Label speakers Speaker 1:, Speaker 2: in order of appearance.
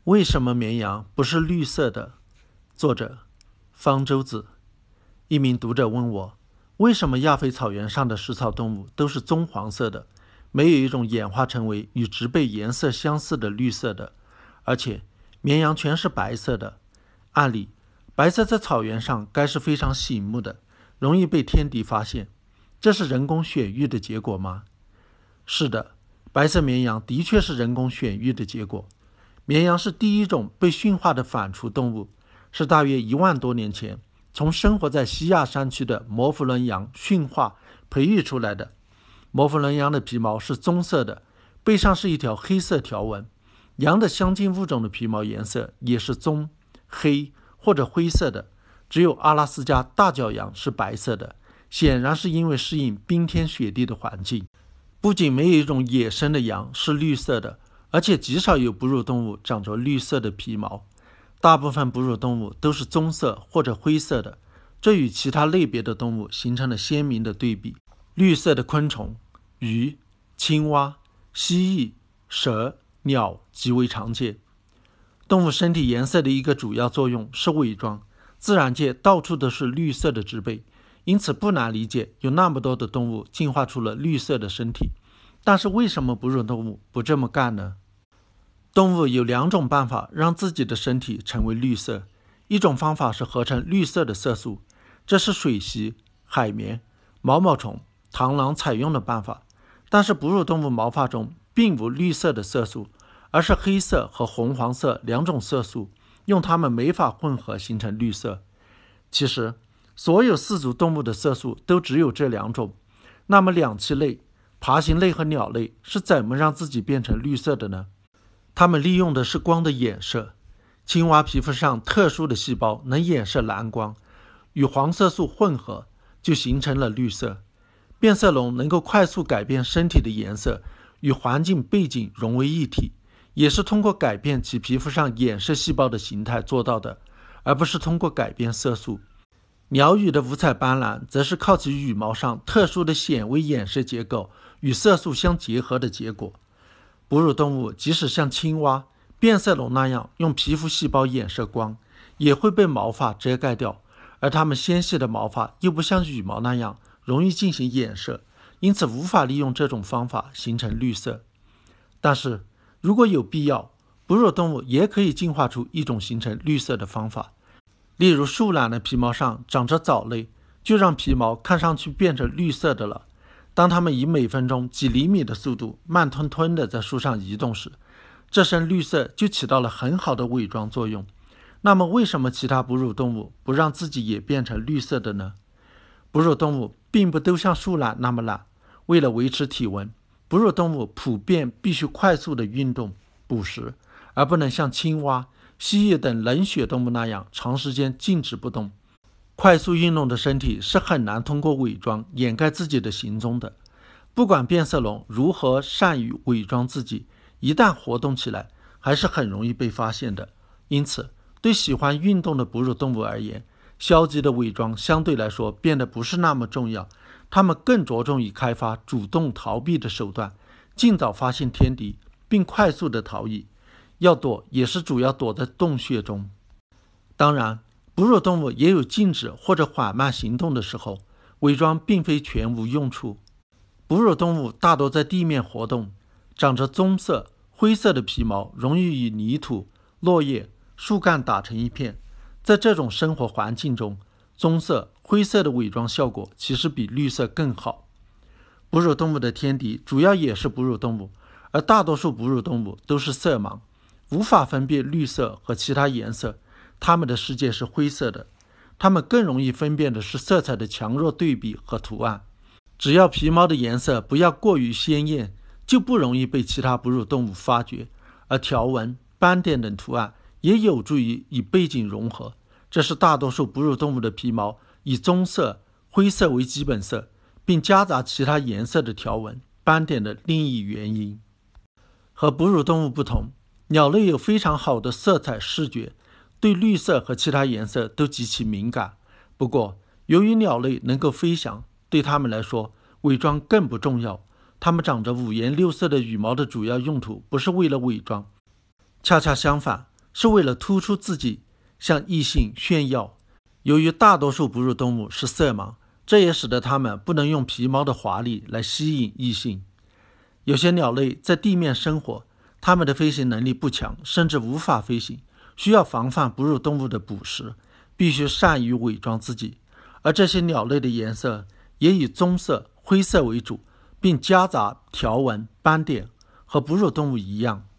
Speaker 1: 为什么绵羊不是绿色的？作者方舟子。一名读者问我，为什么亚非草原上的食草动物都是棕黄色的，没有一种演化成为与植被颜色相似的绿色的，而且绵羊全是白色的。按理，白色在草原上该是非常醒目的，容易被天敌发现。这是人工选育的结果吗？是的，白色绵羊的确是人工选育的结果。绵羊是第一种被驯化的反刍动物，是大约1万多年前从生活在西亚山区的摩弗伦羊驯化培育出来的。摩弗伦羊的皮毛是棕色的，背上是一条黑色条纹。羊的相近物种的皮毛颜色也是棕、黑或者灰色的，只有阿拉斯加大角羊是白色的，显然是因为适应冰天雪地的环境。不仅没有一种野生的羊是绿色的，而且极少有哺乳动物长着绿色的皮毛，大部分哺乳动物都是棕色或者灰色的，这与其他类别的动物形成了鲜明的对比。绿色的昆虫、鱼、青蛙、蜥蜴、蛇、鸟极为常见。动物身体颜色的一个主要作用是伪装，自然界到处都是绿色的植被，因此不难理解有那么多的动物进化出了绿色的身体。但是为什么哺乳动物不这么干呢？动物有2种办法让自己的身体成为绿色，一种方法是合成绿色的色素，这是水螅、海绵、毛毛虫、螳螂采用的办法。但是哺乳动物毛发中并无绿色的色素，而是黑色和红黄色2种色素，用它们没法混合形成绿色。其实所有4足动物的色素都只有这2种，那么两栖类、爬行类和鸟类是怎么让自己变成绿色的呢？它们利用的是光的衍射。青蛙皮肤上特殊的细胞能衍射蓝光，与黄色素混合，就形成了绿色。变色龙能够快速改变身体的颜色，与环境背景融为一体，也是通过改变其皮肤上衍射细胞的形态做到的，而不是通过改变色素。鸟羽的五彩斑斓则是靠其羽毛上特殊的显微衍射结构与色素相结合的结果。哺乳动物即使像青蛙、变色龙那样用皮肤细胞衍射光，也会被毛发遮盖掉，而它们纤细的毛发又不像羽毛那样容易进行衍射，因此无法利用这种方法形成绿色。但是如果有必要，哺乳动物也可以进化出一种形成绿色的方法。例如树懒的皮毛上长着藻类，就让皮毛看上去变成绿色的了。当它们以每分钟几厘米的速度慢吞吞地在树上移动时，这身绿色就起到了很好的伪装作用。那么为什么其他哺乳动物不让自己也变成绿色的呢？哺乳动物并不都像树懒那么懒，为了维持体温，哺乳动物普遍必须快速的运动捕食，而不能像青蛙、蜥蜴等冷血动物那样长时间静止不动。快速运动的身体是很难通过伪装掩盖自己的行踪的。不管变色龙如何善于伪装自己，一旦活动起来，还是很容易被发现的。因此，对喜欢运动的哺乳动物而言，消极的伪装相对来说变得不是那么重要，它们更着重于开发主动逃避的手段，尽早发现天敌，并快速的逃逸。要躲也是主要躲在洞穴中。当然，哺乳动物也有静止或者缓慢行动的时候，伪装并非全无用处。哺乳动物大多在地面活动，长着棕色、灰色的皮毛容易与泥土、落叶、树干打成一片。在这种生活环境中，棕色、灰色的伪装效果其实比绿色更好。哺乳动物的天敌主要也是哺乳动物，而大多数哺乳动物都是色盲，无法分辨绿色和其他颜色，它们的世界是灰色的。它们更容易分辨的是色彩的强弱对比和图案。只要皮毛的颜色不要过于鲜艳，就不容易被其他哺乳动物发觉，而条纹、斑点等图案也有助于与背景融合。这是大多数哺乳动物的皮毛以棕色、灰色为基本色，并夹杂其他颜色的条纹、斑点的另一原因。和哺乳动物不同，鸟类有非常好的色彩视觉，对绿色和其他颜色都极其敏感。不过，由于鸟类能够飞翔，对它们来说，伪装更不重要。它们长着5颜6色的羽毛的主要用途不是为了伪装，恰恰相反， 是为了突出自己，向异性炫耀。由于大多数哺乳动物是色盲，这也使得它们不能用皮毛的华丽来吸引异性。有些鸟类在地面生活，它们的飞行能力不强，甚至无法飞行，需要防范哺乳动物的捕食，必须善于伪装自己。而这些鸟类的颜色也以棕色、灰色为主，并夹杂条纹、斑点，和哺乳动物一样。